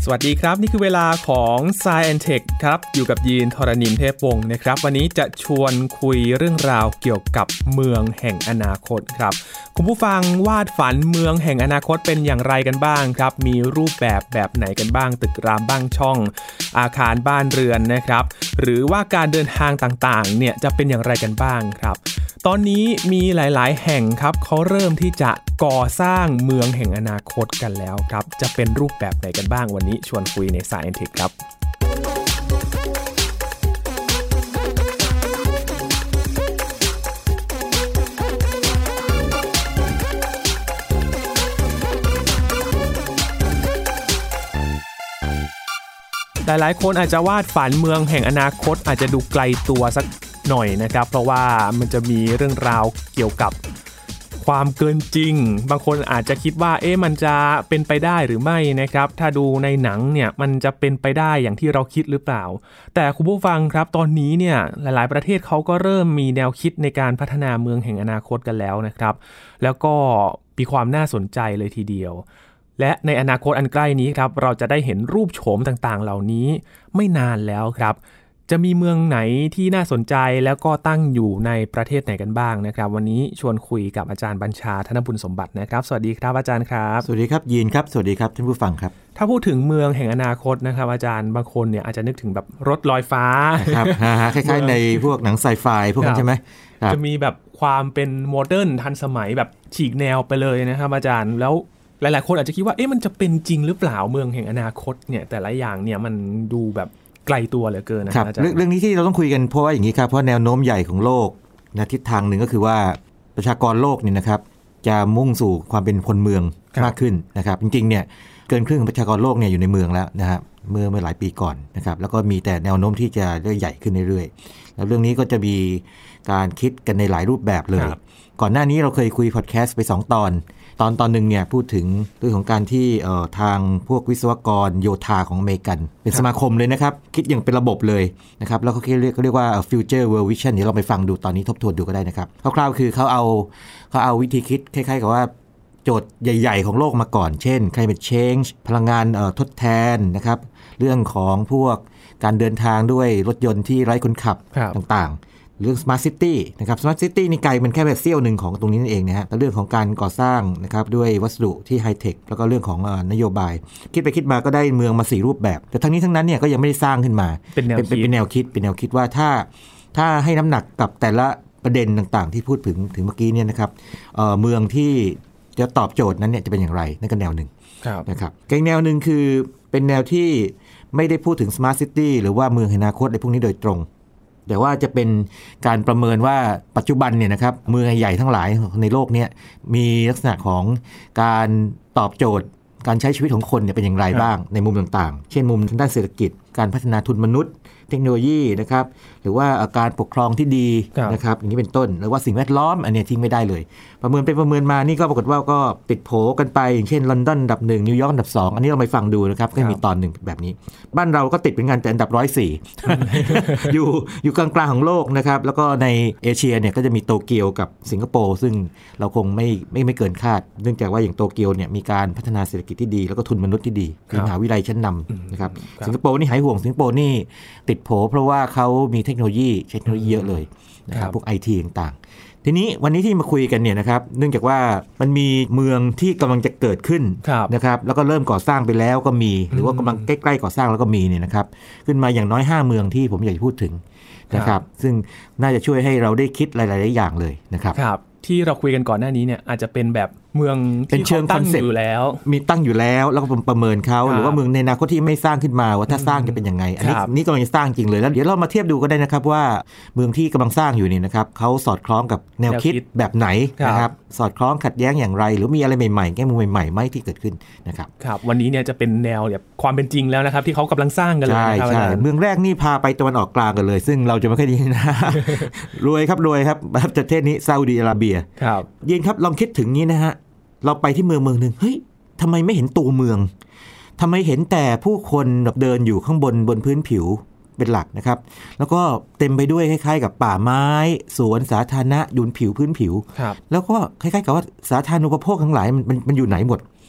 สวัสดีครับนี่คือเวลาของ Science Tech ครับอยู่กับยีนทรณินเทพวงศ์นะครับวันนี้จะชวนคุยเรื่องราวเกี่ยวกับเมืองแห่งอนาคตครับคุณผู้ฟังวาดฝันเมืองแห่งอนาคตเป็นอย่างไรกันบ้างครับมีรูปแบบไหนกันบ้างตึกรามบ้างช่องอาคารบ้านเรือนนะครับหรือว่าการเดินทางต่างๆเนี่ยจะเป็นอย่างไรกันบ้างครับตอนนี้มีหลายๆแห่งครับเขาเริ่มที่จะก่อสร้างเมืองแห่งอนาคตกันแล้วครับจะเป็นรูปแบบไหนกันบ้างวันนี้ชวนคุยใน Science Tech ครับหลายๆคนอาจจะวาดฝันเมืองแห่งอนาคตอาจจะดูไกลตัวสักหน่อยนะครับเพราะว่ามันจะมีเรื่องราวเกี่ยวกับความเกินจริงบางคนอาจจะคิดว่ามันจะเป็นไปได้หรือไม่นะครับถ้าดูในหนังเนี่ยมันจะเป็นไปได้อย่างที่เราคิดหรือเปล่าแต่คุณผู้ฟังครับตอนนี้เนี่ยหลายๆประเทศเขาก็เริ่มมีแนวคิดในการพัฒนาเมืองแห่งอนาคตกันแล้วนะครับแล้วก็มีความน่าสนใจเลยทีเดียวและในอนาคตอันใกล้นี้ครับเราจะได้เห็นรูปโฉมต่างๆเหล่านี้ไม่นานแล้วครับจะมีเมืองไหนที่น่าสนใจแล้วก็ตั้งอยู่ในประเทศไหนกันบ้างนะครับวันนี้ชวนคุยกับอาจารย์บัญชาธนบุญสมบัตินะครับสวัสดีครับอาจารย์ครับสวัสดีครับยีนครับสวัสดีครับท่านผู้ฟังครับถ้าพูดถึงเมืองแห่งอนาคตนะครับอาจารย์บางคนเนี่ยอาจจะนึกถึงแบบรถลอยฟ้าครับคล้ายๆในพวกหนังไซไฟพวกนั้นใช่ไหมจะมีแบบความเป็นโมเดิร์นทันสมัยแบบฉีกแนวไปเลยนะครับอาจารย์แล้วหลายๆคนอาจจะคิดว่ามันจะเป็นจริงหรือเปล่าเมืองแห่งอนาคตเนี่ยแต่ละอย่างเนี่ยมันดูแบบไกลตัวเหลือเกินนะครับอาจารย์เรื่องนี้ที่เราต้องคุยกันเพราะว่าอย่างนี้ครับเพราะแนวโน้มใหญ่ของโลกนะทิศทางหนึ่งก็คือว่าประชากรโลกนี่นะครับจะมุ่งสู่ความเป็นคนเมืองมากขึ้นนะครับจริงๆเนี่ยเกินครึ่งของประชากรโลกเนี่ยอยู่ในเมืองแล้วนะครับเมื่อหลายปีก่อนนะครับแล้วก็มีแต่แนวโน้มที่จะใหญ่ขึ้นเรื่อยๆแล้วเรื่องนี้ก็จะมีการคิดกันในหลายรูปแบบเลยก่อนหน้านี้เราเคยคุยพอดแคสต์ไป2ตอนนึงเนี่ยพูดถึงเรื่องของการที่ทางพวกวิศวกรโยธาของอเมริกันเป็นสมาคมเลยนะครับคิดอย่างเป็นระบบเลยนะครับแล้วเขาเรียกว่า Future World Vision เดี๋ยวเราไปฟังดูตอนนี้ทบทวนดูก็ได้นะครับคร่าวๆคือเขาเอาวิธีคิดคล้ายๆกับว่าโจทย์ใหญ่ๆของโลกมาก่อนเช่น climate change พลังงานทดแทนนะครับเรื่องของพวกการเดินทางด้วยรถยนต์ที่ไร้คนขับต่างๆเรื่อง Smart City นะครับ Smart City นี่ไกลมันแค่แบบเสี้ยวหนึ่งของตรงนี้นั่นเองนะฮะแต่เรื่องของการก่อสร้างนะครับด้วยวัสดุที่ไฮเทคแล้วก็เรื่องของนโยบายคิดไปคิดมาก็ได้เมืองมา4รูปแบบแต่ทั้งนี้ทั้งนั้นเนี่ยก็ยังไม่ได้สร้างขึ้นมาเป็นแนวคิดว่าถ้าให้น้ำหนักกับแต่ละประเด็นต่างๆที่พูดถึงเมื่อกี้เนี่ยนะครับเมืองที่จะตอบโจทย์นั้นเนี่ยจะเป็นอย่างไรนั่นก็แนวหนึ่งนะครับอีกแนวหนึ่งคือเป็นแนวที่ไม่ได้พูดถึง Smart City หรือว่าเมืองอนาคตอะไรพวกนี้โดยตรงแต่ว่าจะเป็นการประเมินว่าปัจจุบันเนี่ยนะครับเมืองใหญ่ทั้งหลายในโลกนี้มีลักษณะของการตอบโจทย์การใช้ชีวิตของคนเนี่ยเป็นอย่างไรบ้างในมุมต่างๆเช่นมุมทางด้านเศรษฐกิจการพัฒนาทุนมนุษย์เทคโนโลยีนะครับหรือว่าการปกครองที่ดีนะครับอย่างนี้เป็นต้นหรือว่าสิ่งแวดล้อมอันนี้ทิ้งไม่ได้เลยประเมินมานี่ก็ปรากฏว่าก็ติดโผกันไปอย่างเช่นลอนดอนอันดับ1นิวยอร์กอันดับ2อันนี้เราไปฟังดูนะครับก็มีตอนหนึ่งแบบนี้บ้านเราก็ติดเป็นงานแต่อันดับ104 อยู่กลางๆของโลกนะครับแล้วก็ในเอเชียเนี่ยก็จะมีโตเกียวกับสิงคโปร์ซึ่งเราคงไม่เกินคาดเนื่องจากว่าอย่างโตเกียวเนี่ยมีการพัฒนาเศรษฐกิจที่ดีแล้วก็ทุนมนุษย์ที่ดีมีมหาวิทยาลัยชั้นนำนะครับสิงคโปร์นี่หายห่วงสิงคโปร์นี่ติดโผเพราะว่าเขามีเทคโนโลยีเยอะเลยนะครับพวก IT ต่างๆทีนี้วันนี้ที่มาคุยกันเนี่ยนะครับเนื่องจากว่ามันมีเมืองที่กำลังจะเกิดขึ้นนะครับแล้วก็เริ่มก่อสร้างไปแล้วก็มีหรือว่ากำลังใกล้ๆก่อสร้างแล้วก็มีเนี่ยนะครับขึ้นมาอย่างน้อย5เมืองที่ผมอยากจะพูดถึงนะครับซึ่งน่าจะช่วยให้เราได้คิดหลายๆอย่างเลยนะครับที่เราคุยกันก่อนหน้านี้เนี่ยอาจจะเป็นแบบเมืองที่เขาตั้งอยู่แล้วมีตั้งอยู่แล้วแล้วก็ประเมินเขาหรือว่าเมืองในอนาคตที่ไม่สร้างขึ้นมาว่าถ้าสร้างจะเป็นยังไงอันนี้กำลังจะสร้างจริงเลยแล้วเดี๋ยวเรามาเทียบดูก็ได้นะครับว่าเมืองที่กำลังสร้างอยู่นี่นะครับเขาสอดคล้องกับแนวคิดแบบไหนนะครับสอดคล้องขัดแย้งอย่างไรหรือมีอะไรใหม่ๆแง่มุมใหม่ๆไหมที่เกิดขึ้นนะครับครับวันนี้เนี่ยจะเป็นแนวแบบความเป็นจริงแล้วนะครับที่เขากำลังสร้างกันเลยใช่เมืองแรกนี่พาไปตะวันออกกลางกันเลยซึ่งเราจะไม่ค่อยดีนะรวยครับประเทศนี้ซาอุดิอาระเบียยินครับลองคิดถึงนี้นะฮะเราไปที่เมืองนึงเฮ้ยทำไมไม่เห็นตัวเมืองทำไมเห็นแต่ผู้คนแบบเดินอยู่ข้างบนพื้นผิวเป็นหลักนะครับแล้วก็เต็มไปด้วยคล้ายๆกับป่าไม้สวนสาธารณะอยู่ผิวพื้นผิวแล้วก็คล้ายๆกับว่าสาธารณูปโภคทั้งหลายมันอยู่ไหนหมด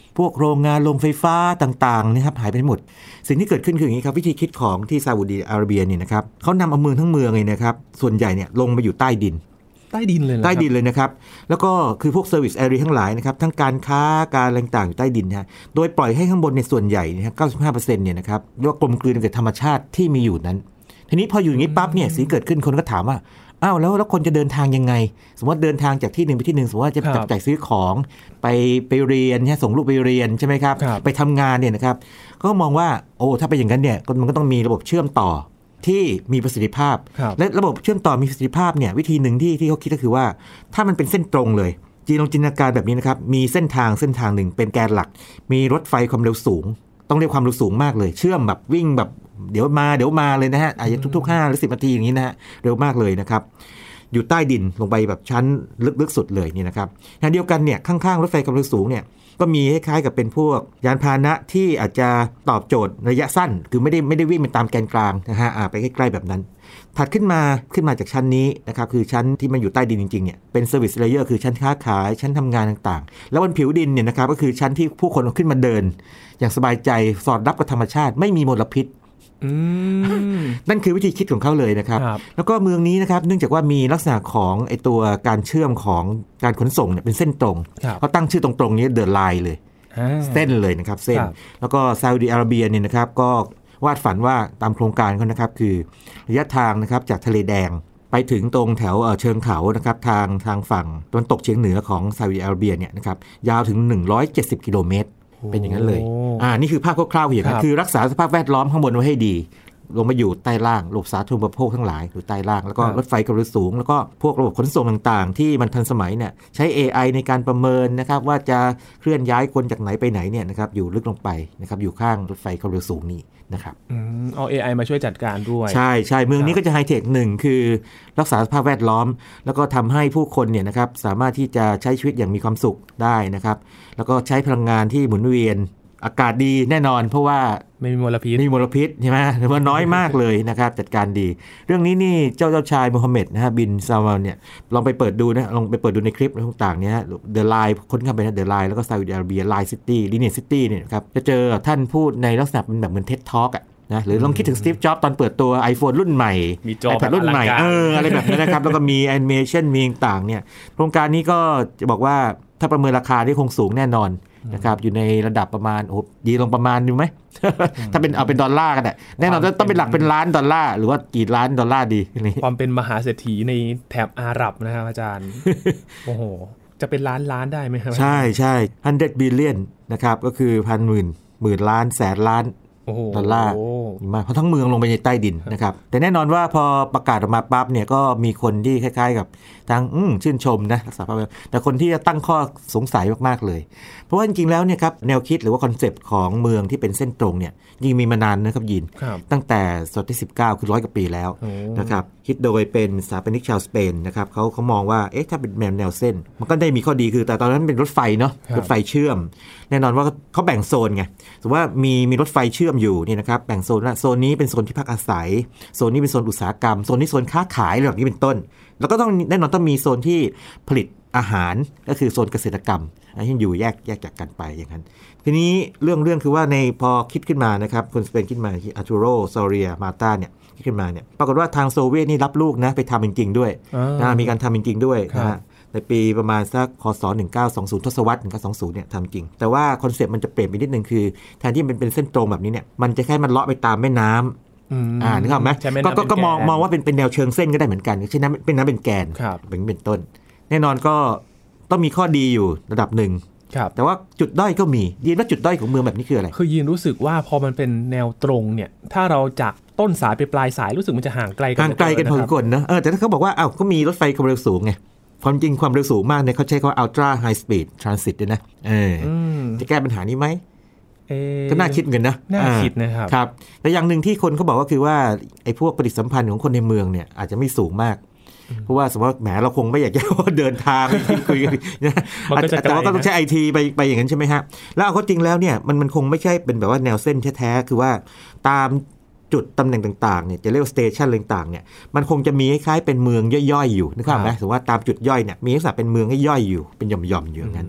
พวกโรงงานโรงไฟฟ้าต่างๆนะครับหายไปหมดสิ่งที่เกิดขึ้นคืออย่างนี้ครับวิธีคิดของที่ซาอุดิอาระเบียเนี่ยนะครับเขานำเอาเมืองทั้งเมืองเลยนะครับส่วนใหญ่เนี่ยลงมาอยู่ใต้ดินเลยใต้ดินเลยนะครับแล้วก็คือพวกเซอร์วิสแอเรียทั้งหลายนะครับทั้งการค้าการอะไรต่างๆอยู่ใต้ดินนะโดยปล่อยให้ข้างบนในส่วนใหญ่นะครับ 95% เนี่ยนะครับเรียกว่ากลมกลืนกับธรรมชาติที่มีอยู่นั้นทีนี้พออยู่อย่างนี้ปั๊บเนี่ยสิ่งเกิดขึ้นคนก็ถามว่าอ้าวแล้วคนจะเดินทางยังไงสมมติเดินทางจากที่หนึ่งไปที่หนึ่งสมมติว่าจะจับจ่ายซื้อของไปเรียนส่งลูกไปเรียนใช่ไหมครับไปทำงานเนี่ยนะครับก็มองว่าโอ้ถ้าเป็นอย่างนั้นเนี่ยมันก็ต้องมีระบบเชื่อมต่อที่มีประสิทธิภาพและระบบเชื่อมต่อมีประสิทธิภาพเนี่ยวิธีหนึ่งที่เขาคิดก็คือว่าถ้ามันเป็นเส้นตรงเลยลองจินตนาการแบบนี้นะครับมีเส้นทางหนึ่งเป็นแกนหลักมีรถไฟความเร็วสูงต้องเรียกความเร็วสูงมากเลยเชื่อมแบบวิ่งแบบเดี๋ยวมาเลยนะฮะอาจจะทุกๆ5หรือ10นาทีอย่างนี้นะฮะเร็วมากเลยนะครับอยู่ใต้ดินลงไปแบบชั้นลึกสุดเลยนี่นะครับขณะเดียวกันเนี่ยข้างๆรถไฟความเร็วสูงเนี่ยก็มีคล้ายๆกับเป็นพวกยานพาหนะที่อาจจะตอบโจทย์ระยะสั้นคือไม่ได้วิ่งไปตามแกนกลางนะฮะไปใกล้ๆแบบนั้นถัดขึ้นมาจากชั้นนี้นะครับคือชั้นที่มันอยู่ใต้ดินจริงๆเนี่ยเป็น Service Layer คือชั้นค้าขายชั้นทำงานต่างๆแล้วบนผิวดินเนี่ยนะครับก็คือชั้นที่ผู้คนขึ้นมาเดินอย่างสบายใจสอดรับกับธรรมชาติไม่มีมลพิษนั่นคือวิธีคิดของเขาเลยนะครับแล้วก็เมืองนี้นะครับเนื่องจากว่ามีลักษณะของไอตัวการเชื่อมของการขนส่งเนี่ยเป็นเส้นตรงเขาตั้งชื่อตรงๆนี้เดอะไลน์เลยเส้นเลยนะครับเส้นแล้วก็ซาอุดิอาระเบียเนี่ยนะครับก็วาดฝันว่าตามโครงการเขานะครับคือระยะทางนะครับจากทะเลแดงไปถึงตรงแถวเชิงเขานะครับทางฝั่งตะวันตกเฉียงเหนือของซาอุดิอาระเบียเนี่ยนะครับยาวถึง170กิโลเมตรเป็นอย่างนั้นเลยนี่คือภาพคร่าวๆอย่างนั้นคือรักษาสภาพแวดล้อมข้างบนไว้ให้ดีลงมาอยู่ใต้ล่างระบบสาธารณูปโภคทั้งหลายอยู่ใต้ล่างแล้วก็รถไฟความเร็วสูงแล้วก็พวกระบบขนส่งต่างๆที่มันทันสมัยเนี่ยใช้ AI ในการประเมินนะครับว่าจะเคลื่อนย้ายคนจากไหนไปไหนเนี่ยนะครับอยู่ลึกลงไปนะครับอยู่ข้างรถไฟความเร็วสูงนี้นะครับเอา AI มาช่วยจัดการด้วยใช่เมืองนี้ก็จะไฮเทคหนึ่งคือรักษาสภาพแวดล้อมแล้วก็ทำให้ผู้คนเนี่ยนะครับสามารถที่จะใช้ชีวิตอย่างมีความสุขได้นะครับแล้วก็ใช้พลังงานที่หมุนเวียนอากาศดีแน่นอนเพราะว่าไม่มีมลพิษใช่ไหมหรือว่าน้อยมากเลยนะครับจัดการดีเรื่องนี้นี่เจ้าชายโมฮัมเหม็ดนะฮะบินซาลมานเนี่ยลองไปเปิดดูนะลองไปเปิดดูในคลิปต่างๆเนี่ยเดอะไลน์ค้นเข้าไปนะเดอะไลน์แล้วก็ซาอุดิอาระเบียไลน์ซิตี้ลิเนียซิตี้เนี่ยครับจะเจอท่านพูดในลักษณะเป็นแบบเหมือนเท็ดทอล์กอ่ะนะหรือลองคิดถึงสตีฟจ็อบส์ตอนเปิดตัว iPhone รุ่นใหม่มีจอ iPad รุ่นใหม่อะไรแบบนั้นนะครับแล้วก็มีแอนิเมชันมีต่างๆเนี่ยโครงการนี้ก็จะบอกว่าถ้าประเมินราคาที่คงสูงแน่นอนนะครับอยู่ในระดับประมาณดีลงประมาณดูไหม ถ้าเป็นเอาเป็นดอลลาร์กันแน่นอนต้องเป็นหลักเป็นล้านดอลลาร์หรือว่ากี่ล้านดอลลาร์ดีความเป็นมหาเศรษฐีในแถบอาหรับนะครับอาจารย์ โอ้โหจะเป็นล้านได้ไหมครับใช่100 billion นะครับก็คือหมื่นล้านแสนล้านดอลลาร์มาเพราะทั้งเมืองลงไปในใต้ดินนะครับแต่แน่นอนว่าพอประกาศออกมาปั๊บเนี่ยก็มีคนที่คล้ายๆกับทั้งชื่นชมนะรักษาภาพแต่คนที่จะตั้งข้อสงสัยมากๆเลยเพราะว่าจริงๆแล้วเนี่ยครับแนวคิดหรือว่าคอนเซปต์ของเมืองที่เป็นเส้นตรงเนี่ยยิ่งมีมานานนะครับยินตั้งแต่ศตวรรษที่19คือ100 กว่าปีแล้วนะครับคิดโดยเป็นสถาปนิกชาวสเปนนะครับเขามองว่าถ้าเป็นแนวเส้นมันก็ได้มีข้อดีคือแต่ตอนนั้นเป็นรถไฟเนาะรถไฟเชื่อมแน่นอนว่าเขาแบ่งโซนไงสมมติว่ามีรถไฟเชื่อมอยู่นี่นะครับแบ่งโซนละโซนนี้เป็นโซนที่พักอาศัยโซนนี้เป็นโซนอุตสาหกรรมโซนนี้โซนค้าขายแบบนี้เป็นต้นแล้วก็ต้องแน่นอนต้องมีโซนที่ผลิตอาหารก็คือโซนเกษตรกรรมที่อยู่แยกจากกันไปอย่างนั้นทีนี้เรื่องคือว่าในพอคิดขึ้นมานะครับคนสเปนคิดมาที่อาร์ตูโรซอเรียมาตาเนี่ยขึ้นมาเนี่ยปรากฏว่าทางโซเวียตนี่รับลูกนะไปทำจริงๆด้วยมีการทำจริงๆด้วยนะฮะในปีประมาณสักคศ1920ทศวรรษ1920เนี่ยทำจริงแต่ว่าคอนเซ็ปต์มันจะเปลี่ยนไปนิดนึงคือแทนที่มันเป็นเส้นตรงแบบนี้เนี่ยมันจะแค่มันเลาะไปตามแม่น้ำนึกออกไหมก็มองว่าเป็นแนวเชิงเส้นก็ได้เหมือนกันใช่น้ำเป็นแกนเป็นต้นแน่นอนก็ต้องมีข้อดีอยู่ระดับหนึ่งแต่ว่าจุดด้อยก็มียีนว่าจุดด้อยของเมืองแบบนี้คืออะไรคือยีนรู้สึกว่าพอมันเป็นแนวตรงเนี่ยถ้าเราจากต้นสายไปปลายสายรู้สึกมันจะห่างไกลกันพอสมควรนะแต่ถ้าเขาบอกว่าก็มีรถไฟความเร็วสูงไงความจริงความเร็วสูงมากเนี่ยเขาใช้คำว่า ultra high speed transit ด้วยนะจะแก้ปัญหานี้ไหมก็น่าคิดเหมือนกันนะน่าคิดนะครับครับแต่อย่างหนึ่งที่คนเขาบอกก็คือว่าไอ้พวกปฏิสัมพันธ์ของคนในเมืองเนี่ยอาจจะไม่สูงมากเพราะว่าสมมติแหมเราคงไม่อยากจะเดินทางคุยกันนะแต่ว่าก็ต้องใช้ไอทีไปอย่างนั้นใช่ไหมฮะแล้วเอาเข้าจริงแล้วเนี่ยมันคงไม่ใช่เป็นแบบว่าแนวเส้นแท้ๆคือว่าตามจุดตำแหน่งต่างๆเนี่ยจะเรียกว่าสเตชันต่างๆเนี่ยมันคงจะมีคล้ายๆเป็นเมืองย่อยๆอยู่นึกภาพไหมสมมติว่าตามจุดย่อยเนี่ยมีลักษณะเป็นเมืองย่อยๆอยู่เป็นหย่อมๆอยู่อย่างนั้น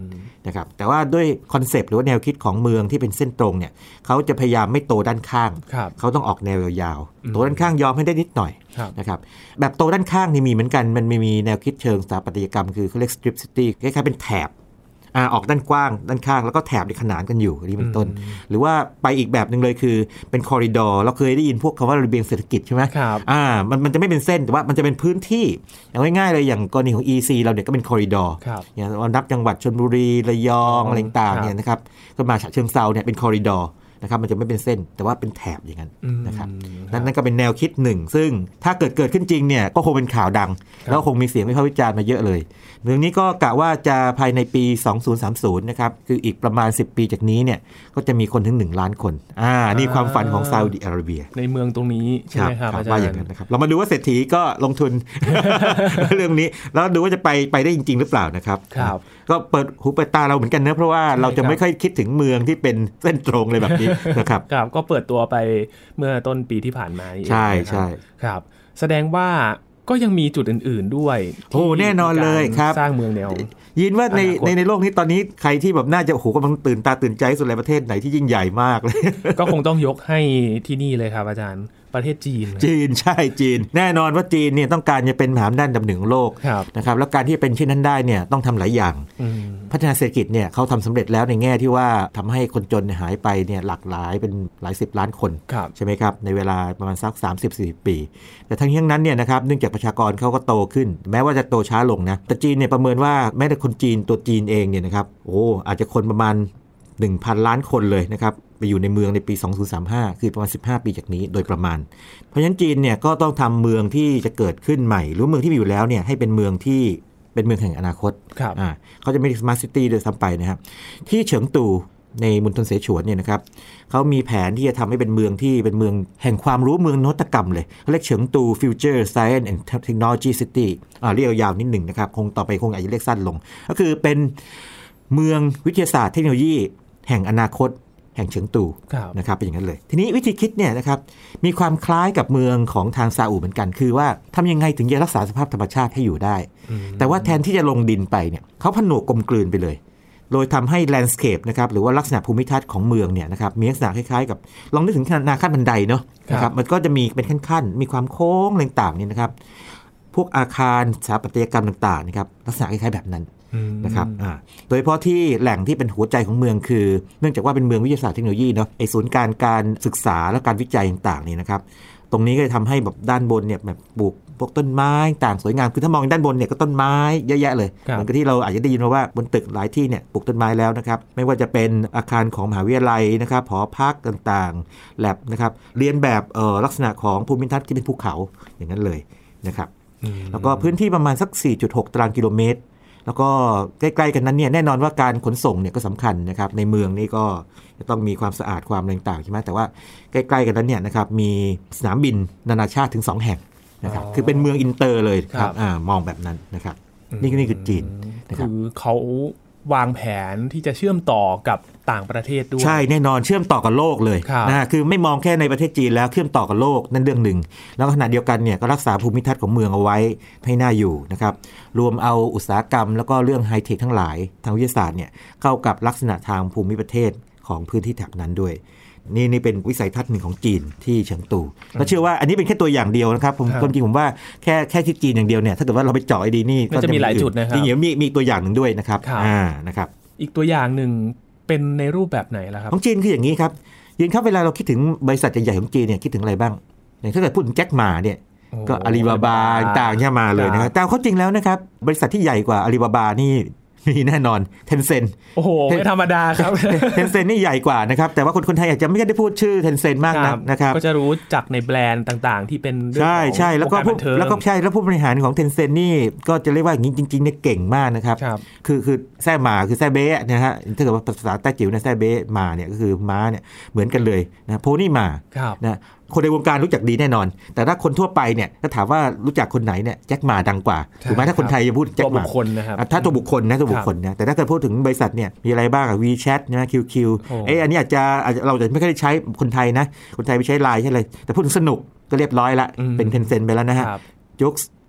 นะครับแต่ว่าด้วยคอนเซปต์หรือว่าแนวคิดของเมืองที่เป็นเส้นตรงเนี่ยเขาจะพยายามไม่โตด้านข้างเขาต้องออกแนวยาวๆโตด้านข้างยอมให้ได้นิดหน่อยนะครับแบบโตด้านข้างนี่มีเหมือนกันมันมีแนวคิดเชิงสถาปัตยกรรมคือเขาเรียก strip city คล้ายๆเป็นแถบออกด้านกว้างด้านข้างแล้วก็แถบในขนานกันอยู่นี่เป็นต้นหรือว่าไปอีกแบบนึงเลยคือเป็นคอริดอร์เราเคยได้ยินพวกคำว่าระเบียงเศรษฐกิจใช่ไหมมันจะไม่เป็นเส้นแต่ว่ามันจะเป็นพื้นที่อย่างง่ายๆเลยอย่างกรณีของ EC เราเนี่ยก็เป็นคอริดอร์อย่างเรานับจังหวัดชลบุรีระยองอะไรต่างๆเนี่ยนะครับก็มาฉะเชิงเทราเนี่ยเป็นคอริดอร์นะครับมันจะไม่เป็นเส้นแต่ว่าเป็นแถบอย่างนั้นนะครับนั่นก็เป็นแนวคิดหนึ่งซึ่งถ้าเกิดขึ้นจริงเนี่ยก็คงเป็นข่าวดังแล้วคงมีเสียงวิพากษ์วิจารณ์มาเยอะเลยเรื่องนี้ก็กะว่าจะภายในปี2030นะครับคืออีกประมาณ10ปีจากนี้เนี่ยก็จะมีคนถึง1ล้านคนนี่ความฝันของซาอุดิอาระเบียในเมืองตรงนี้ใช่ไหมครับอาจารย์ว่าอย่างนั้นนะครับเรามาดูว่าเศรษฐีก็ลงทุน เรื่องนี้แล้วดูว่าจะไปได้จริงๆหรือเปล่านะครับก็เปิดหูเปิดตาเราเหมือนกันนะเพราะว่าเราจะไม่ค่อยคิดถึงเมืองที่เป็นเส้นตรงเลยแบบนี้นะครับก็เปิดตัวไปเมื่อต้นปีที่ผ่านมาใช่ใช่ครับแสดงว่าก็ยังมีจุดอื่นๆด้วยแน่นอนเลยครับสร้างเมืองแนวยินว่าในโลกนี้ตอนนี้ใครที่แบบน่าจะกำลังตื่นตาตื่นใจสุดในประเทศไหนที่ยิ่งใหญ่มากเลยก็คงต้องยกให้ที่นี่เลยครับอาจารย์ประเทศจีนใช่จีนแน่นอนว่าจีนเนี่ยต้องการจะเป็นมหาอำนาจอันดับหนึ่งของโลกนะครับแล้วการที่จะเป็นเช่นนั้นได้เนี่ยต้องทำหลายอย่างพัฒนาเศรษฐกิจเนี่ยเขาทำสำเร็จแล้วในแง่ที่ว่าทำให้คนจนหายไปเนี่ยหลากหลายเป็นหลายสิบล้านคนใช่ไหมครับในเวลาประมาณสัก 30-40 ปีแต่ทั้งนี้ทั้งนั้นเนี่ยนะครับเนื่องจากประชากรเขาก็โตขึ้นแม้ว่าจะโตช้าลงนะแต่จีนเนี่ยประเมินว่าแม้แต่คนจีนตัวจีนเองเนี่ยนะครับอาจจะคนประมาณ 1,000 ล้านคนเลยนะครับไปอยู่ในเมืองในปี2035คือประมาณ15ปีจากนี้โดยประมาณเพราะฉะนั้นจีนเนี่ยก็ต้องทำเมืองที่จะเกิดขึ้นใหม่หรือเมืองที่มีอยู่แล้วเนี่ยให้เป็นเมืองที่เป็นเมืองแห่งอนาคตเขาจะไม่สมาร์ทซิตี้โดยซ้ำไปนะครับที่เฉิงตูในมณฑลเสฉวนเนี่ยนะครับเขามีแผนที่จะทำให้เป็นเมืองที่เป็นเมืองแห่งความรู้เมืองนวัตกรรมเลยเขาเรียกเฉิงตู Future Science and Technology City เรียกยาวนิดหนึ่งนะครับคงต่อไปคงอาจจะเรียกสั้นลงก็คือเป็นเมืองวิทยาศาสตร์เทคโนโลยีแห่งอนาคตแห่งเฉิงตูนะครับเป็นอย่างนั้นเลยทีนี้วิธีคิดเนี่ยนะครับมีความคล้ายกับเมืองของทางซาอุเหมือนกันคือว่าทำยังไงถึงจะรักษาสภาพธรรมชาติให้อยู่ได้แต่ว่าแทนที่จะลงดินไปเนี่ยเขาผนวกกลมกลืนไปเลยโดยทำให้แลนด์สเคปนะครับหรือว่าลักษณะภูมิทัศน์ของเมืองเนี่ยนะครับมีลักษณะคล้ายๆกับลองนึกถึงนาขั้นบันไดเนาะนะครับมันก็จะมีเป็นขั้นๆมีความโค้งต่างๆนี่นะครับพวกอาคารสถาปัตยกรรมต่างๆนะครับลักษณะคล้ายๆแบบนั้นนะครับโดยเฉพาะที่แหล่งที่เป็นหัวใจของเมืองคือเนื่องจากว่าเป็นเมืองวิทยาศาสตร์เทคโนโลยีเนาะไอศูนย์การศึกษาและการวิจัยต่างๆนี่นะครับตรงนี้ก็จะทำให้แบบด้านบนเนี่ยแบบปลูกพวกต้นไม้ต่างสวยงามคือถ้ามองด้านบนเนี่ยก็ต้นไม้เยอะแยะเลยเหมือนกับที่เราอาจจะได้ยินว่าบนตึกหลายที่เนี่ยปลูกต้นไม้แล้วนะครับไม่ว่าจะเป็นอาคารของมหาวิทยาลัยนะครับหอพักต่างๆแลบนะครับเรียนแบบลักษณะของภูมิทัศน์ที่เป็นภูเขาอย่างนั้นเลยนะครับแล้วก็พื้นที่ประมาณสัก 4.6 ตารางกิโลเมตรแล้วก็ใกล้ๆกันนั้นเนี่ยแน่นอนว่าการขนส่งเนี่ยก็สำคัญนะครับในเมืองนี่ก็จะต้องมีความสะอาดความต่างๆใช่ไหมแต่ว่าใกล้ๆกันนั้นเนี่ยนะครับมีสนามบินนานาชาติถึง2แห่งนะครับคือเป็นเมืองอินเตอร์เลยครับมองแบบนั้นนะครับนี่คือจีนนะครับคือเขาวางแผนที่จะเชื่อมต่อกับต่างประเทศด้วยใช่แน่นอนเชื่อมต่อกับโลกเลยนะคือไม่มองแค่ในประเทศจีนแล้วเชื่อมต่อกับโลกนั่นเรื่องหนึ่งแล้วขณะเดียวกันเนี่ยก็รักษาภูมิทัศน์ของเมืองเอาไว้ให้น่าอยู่นะครับรวมเอาอุตสาหกรรมแล้วก็เรื่องไฮเทคทั้งหลายทางวิทยาศาสตร์เนี่ยเข้ากับลักษณะทางภูมิประเทศของพื้นที่แถบนั้นด้วยนี่เป็นวิสัยทัศน์หนึ่งของจีนที่เฉิงตูแล้วเชื่อว่าอันนี้เป็นแค่ตัวอย่างเดียวนะครับความจริงผมว่าแค่ที่จีนอย่างเดียวเนี่ยถ้าเกิดว่าเราไปเจาะไอ้ดีนี่ก็จะมีหลายจุดนะครับจริงๆมีตัวอย่างหนึ่งด้วยนะครับนะครับอีกตัวอย่างหนึ่งเป็นในรูปแบบไหนล่ะครับของจีนคืออย่างนี้ครับยินครับเวลาเราคิดถึงบริษัทใหญ่ๆของจีนเนี่ยคิดถึงอะไรบ้างอย่างถ้าเกิดพูดถึงแจ็คหม่าเนี่ยก็อาลีบาบาต่างๆเนี่ยมาเลยนะครับแต่เขาจริงแล้วนะครับบริษัทที่ใหญ่กว่าอาลีบาบานี่มีแน่นอนเทนเซ็นโอ้โหไม่ธรรมดาครับเทนเซ็นนี่ใหญ่กว่านะครับแต่ว่าคนไทยอาจจะไม่ได้พูดชื่อเทนเซ็นมากนะครับก็จะรู้จักในแบรนด์ต่างๆที่เป็นเรื่องของใช่แล้วก็ผู้บริหารของเทนเซ็นนี่ก็จะเรียกว่าอย่างนี้จริงๆเนี่ยเก่งมากนะครับคือแซ่หมาคือแซ่เบ้นะฮะถ้าเกิดว่าภาษาใต้จิ๋วเนี่ยแซ่เบ้หมาเนี่ยก็คือม้าเนี่ยเหมือนกันเลยนะโพนี่หมานะคนในวงการรู้จักดีแน่นอนแต่ถ้าคนทั่วไปเนี่ยถ้าถามว่ารู้จักคนไหนเนี่ยแจ็คหม่าดังกว่าถูกไหมถ้าคนไทยจะพูดแจ็คหม่าถ้าตัวบุคคลนะตัวบุคคลนะแต่ถ้าเกิดพูดถึงบริษัทเนี่ยมีอะไรบ้างWeChat นะ QQ อันนี้อาจจะเราจะไม่ค่อยได้ใช้คนไทยนะคนไทยไปใช้ LINE ใช่เลยแต่พูดถึงสนุกก็เรียบร้อยละเป็น Tencent ไปแล้วนะฮะJoox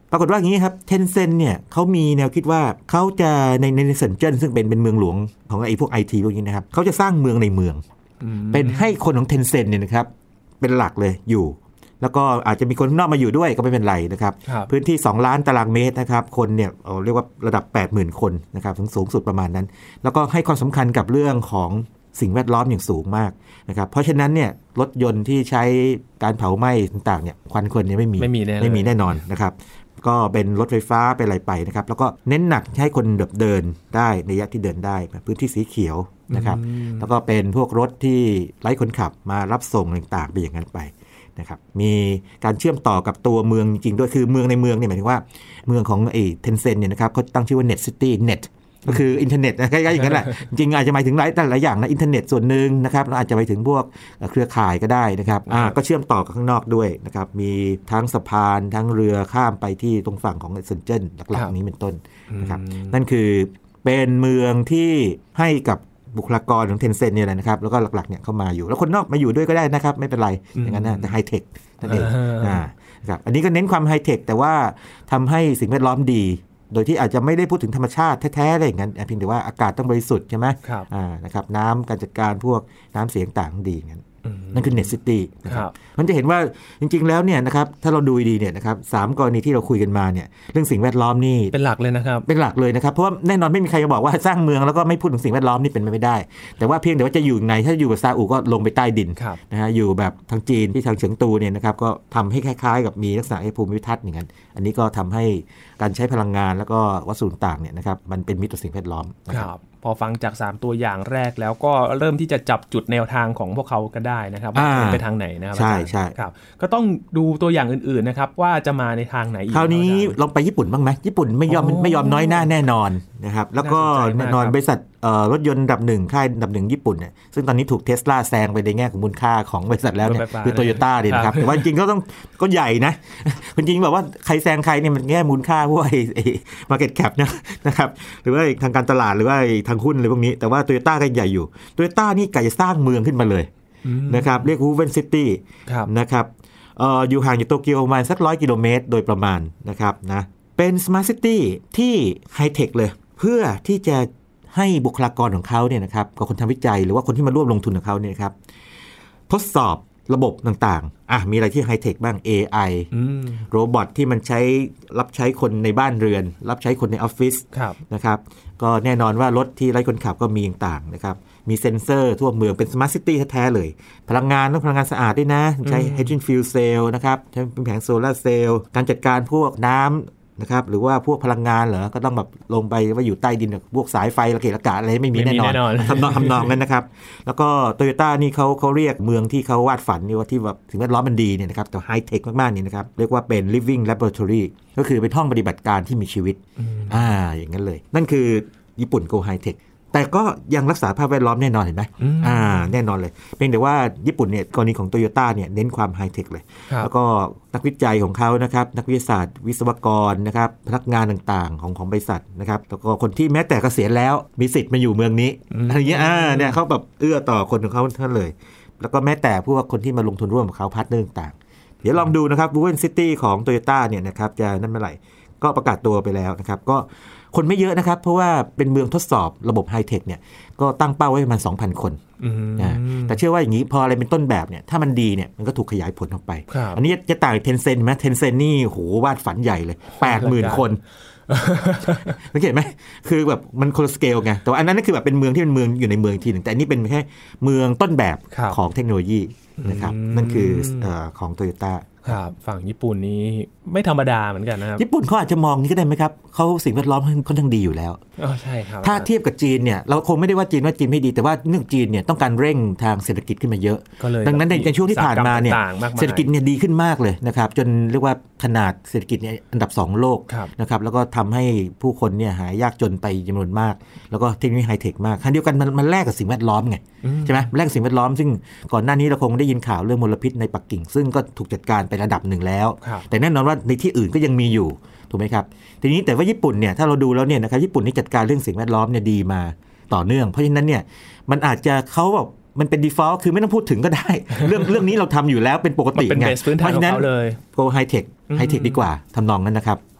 ปรากฏว่าอย่างนี้ครับ Tencent เนี่ยเขามีแนวคิดว่าเขาจะในเซินเจิ้นซึ่งเป็นเมืองหลวงของไอ้พวก IT พวกนี้นะครับเขาจะสร้างเมืองในเมืองเป็นให้คนของ Tencent เนี่ยนะครับเป็นหลักเลยอยู่แล้วก็อาจจะมีคนข้างนอกมาอยู่ด้วยก็ไม่เป็นไรนะครับพื้นที่2ล้านตารางเมตรนะครับคนเนี่ยเรียกว่าระดับ 80,000 คนนะครับสูงสุดประมาณนั้นแล้วก็ให้ความสำคัญกับเรื่องของสิ่งแวดล้อมอย่างสูงมากนะครับเพราะฉะนั้นเนี่ยรถยนต์ที่ใช้การเผาไหม้ต่างๆเนี่ยควันควันเนี่ยไม่มีแน่นอนนะครับก็เป็นรถไฟฟ้าเป็นอะไรไปนะครับแล้วก็เน้นหนักให้คนเดินได้ในระยะที่เดินได้พื้นที่สีเขียวนะครับแล้วก็เป็นพวกรถที่ไร้คนขับมารับส่งต่างๆไปอย่างนั้นไปนะครับมีการเชื่อมต่อกับตัวเมืองจริงๆด้วยคือเมืองในเมืองเนี่ยหมายถึงว่าเมืองของไอ้ Tencent เนี่ยนะครับเขาตั้งชื่อว่า Net City Net ก็คืออินเทอร์เน็ตนะใกล้ๆอย่างนั้นแหละจริงอาจจะหมายถึงหลายอย่างนะอินเทอร์เน็ตส่วนหนึ่งนะครับแล้วอาจจะไปถึงพวกเครือข่ายก็ได้นะครับก็เชื่อมต่อกับข้างนอกด้วยนะครับมีทั้งสะพานทั้งเรือข้ามไปที่ตรงฝั่งของเซินเจิ้นหลักๆนี้เป็นต้นนะครับนั่นคือเป็นเมืองที่ให้กับบุคลากรของ Tencent เนี่ยแหละนะครับแล้วก็หลักๆเนี่ยเข้ามาอยู่แล้วคนนอกมาอยู่ด้วยก็ได้นะครับไม่เป็นไรอย่างนั้นนะแต่ไฮเทคนั่นเองนะครับอันนี้ก็เน้นความไฮเทคแต่ว่าทำให้สิ่งแวดล้อมดีโดยที่อาจจะไม่ได้พูดถึงธรรมชาติแท้ๆอะไรอย่างนั้นเพียงแต่ว่าอากาศต้องบริสุทธิ์ใช่ไหมนะครับน้ำการจัดการพวกน้ำเสียงต่างดีอย่างนั้นนั่นคือ Net City นะครับมันจะเห็นว่าจริงๆแล้วเนี่ยนะครับถ้าเราดูดีเนี่ยนะครับ3กรณีที่เราคุยกันมาเนี่ยเรื่องสิ่งแวดล้อมนี่เป็นหลักเลยนะครับเป็นหลักเลยนะครับเพราะว่าแน่นอนไม่มีใครจะบอกว่าสร้างเมืองแล้วก็ไม่พูดถึงสิ่งแวดล้อมนี่เป็นไปไม่ได้แต่ว่าเพียงแต่ว่าจะอยู่ในถ้าอยู่แบบซาอุก็ลงไปใต้ดินนะฮะอยู่แบบทางจีนที่ทางเฉิงตูเนี่ยนะครับก็ทำให้คล้ายๆกับมีลักษณะภูมิทัศน์อย่างนั้นอันนี้ก็ทำให้การใช้พลังงานแล้วก็วัสดุต่างเนี่ยนะครับมันเป็นมิตรต่อสิ่งแวดล้อมครับพอฟังจาก3ตัวอย่างแรกแล้วก็เริ่มที่จะจับจุดแนวทางของพวกเขาก็ได้นะครับว่าจะไปทางไหนนะครับใช่ครับก็ต้องดูตัวอย่างอื่นๆนะครับว่าจะมาในทางไหนอีกคราวนี้ลองไปญี่ปุ่นบ้างไหมญี่ปุ่นไม่ยอมน้อยหน้าแน่นอนนะครับแล้วก็แน่นอนบริษัทรถยนต์อันดับ1ค่ายอันดับ1ญี่ปุ่นเนี่ยซึ่งตอนนี้ถูก Tesla แซงไปในแง่ของมูลค่าของบริษัทแล้วเนี่ยคือ Toyota ดีนะครับแต่ว่าจริงๆก็ใหญ่นะจริงๆแบบว่าใครแซงใครเนี่ยมันแง่มูลค่าพวกไอ้ market cap นะครับหรือว่าทางการตลาดหรือว่าทางหุ้นอะไรพวกนี้แต่ว่า Toyota ก็ใหญ่อยู่ Toyota นี่กะจะสร้างเมืองขึ้นมาเลยนะครับเรียก Woven City นะครับอยู่ห่างจากโตเกียวประมาณสัก100 กิโลเมตรโดยประมาณนะครับนะเป็น Smart City ที่ไฮเทคเลยเพื่อที่จะให้บุคลากรของเขาเนี่ยนะครับกับคนทำวิจัยหรือว่าคนที่มาร่วมลงทุนของเขาเนี่ยครับทดสอบระบบต่างๆมีอะไรที่ไฮเทคบ้าง AI โรบอทที่มันรับใช้คนในบ้านเรือนรับใช้คนในออฟฟิศนะครับก็แน่นอนว่ารถที่ไร้คนขับก็มีต่างๆนะครับมีเซ็นเซอร์ทั่วเมืองเป็นสมาร์ทซิตี้แท้ๆเลยพลังงานต้องพลังงานสะอาดด้วยนะใช้ Hydrogen Fuel Cell นะครับใช้เป็นแผงโซลาร์เซลล์การจัดการพวกน้ำนะครับหรือว่าพวกพลังงานเหรอก็ต้องแบบลงไปว่าอยู่ใต้ดินพวกสายไฟระเกะระกะอะไรไม่มีแน่นอนทำนองนั้นนะครับแล้วก็ Toyota นี่เขาเรียกเมืองที่เขาวาดฝันนี่ว่าที่แบบสิ่งแวดล้อมมันดีเนี่ยนะครับแต่ไฮเทคมากๆนี่นะครับเรียกว่าเป็น living laboratory ก็คือเป็นห้องปฏิบัติการที่มีชีวิตอย่างนั้นเลยนั่นคือญี่ปุ่น Go High Tech แต่ก็ยังรักษาภาพแวดล้อมแน่นอนเห็นไหมแน่นอนเลยเพียงแต่ว่าญี่ปุ่นเนี่ยกรณีของ Toyota เนี่ยเน้นความไฮเทคเลยแล้วก็นักวิจัยของเขานะครับนักวิทยาศาสตร์วิศวกรนะครับพนักงานต่างๆของบริษัทนะครับแล้วก็คนที่แม้แต่เกษียณแล้วมีสิทธิ์มาอยู่เมืองนี้อะไรเงี้ยเนี่ยเขาแบบเอื้อต่อคนของเขาท่านเลยแล้วก็แม้แต่พวกคนที่มาลงทุนร่วมกับเขาพาร์ทเนอร์ต่างๆเดี๋ยวลองดูนะครับ Woven City ของ Toyota เนี่ยนะครับจะนั่นเมื่อไหร่ก็ประกาศตัวไปแล้วนะครับก็คนไม่เยอะนะครับเพราะว่าเป็นเมืองทดสอบระบบไฮเทคเนี่ยก็ตั้งเป้าไว้ประมาณ 2,000 คนแต่เชื่อว่าอย่างนี้พออะไรเป็นต้นแบบเนี่ยถ้ามันดีเนี่ยมันก็ถูกขยายผลออกไปอันนี้จะต่าง Tencent ไหม Tencent นี่โหวาดฝันใหญ่เลย 80,000 คนสังเกตไหมคือแบบมันคนละสเกลไงแต่ว่าอันนั้นคือแบบเป็นเมืองที่เป็นเมืองอยู่ในเมืองทีหนึ่งแต่อันนี้เป็นแค่เมืองต้นแบบของเทคโนโลยีนะครับนั่นคือของ Toyota ครับฝั่งญี่ปุ่นนี้ไม่ธรรมดาเหมือนกันนะครับญี่ปุ่นเขาอาจจะมองนี้ก็ได้ไหมครับเขาสิ่งแวดล้อมค่อนข้างดีอยู่แล้วใช่ครับถ้าเทียบกับจีนเนี่ยเราคงไม่ได้ว่าจีนไม่ดีแต่ว่าเนื่องจีนเนี่ยต้องการเร่งทางเศรษฐกิจขึ้นมาเยอะดังนั้นในช่วงที่ผ่านมาเนี่ยเศรษฐกิจเนี่ยดีขึ้นมากเลยนะครับจนเรียกว่าขนาดเศรษฐกิจเนี่ยอันดับ2โลกนะครับแล้วก็ทำให้ผู้คนเนี่ยหายยากจนไปจำนวนมากแล้วก็เทคโนโลยีไฮเทคมากครั้งเดียวกันมันแลกกับสิ่งแวดล้อมไงใช่ไหมแลกสิ่งแวดล้อมซึ่งก่อนหน้านี้เราคงได้ยินข่าวเรื่องมลพิษในปักกิ่งซึ่งก็ถูกจัดการไประดับหนึ่งแล้วแต่แน่นอนว่าในที่อื่นก็ยังมีอยู่ถูกไหมครับทีนี้แต่ว่าญี่ปุ่นเนี่ยถ้าเราดูแล้วเนี่ยนะครับญี่ปุ่นนี่จัดการเรื่องสิ่งแวดล้อมเนี่ยดีมาต่อเนื่องเพราะฉะนั้นเนี่ยมันอาจจะเขาแบบมันเป็น default คือไม่ต้องพูดถึงก็ได้ เรื่องนี้เราทำอยู่แล้วเป็นปกติไงเพราะฉะนั้น go high tech ดีกว่าทำนองนั้นนะครับ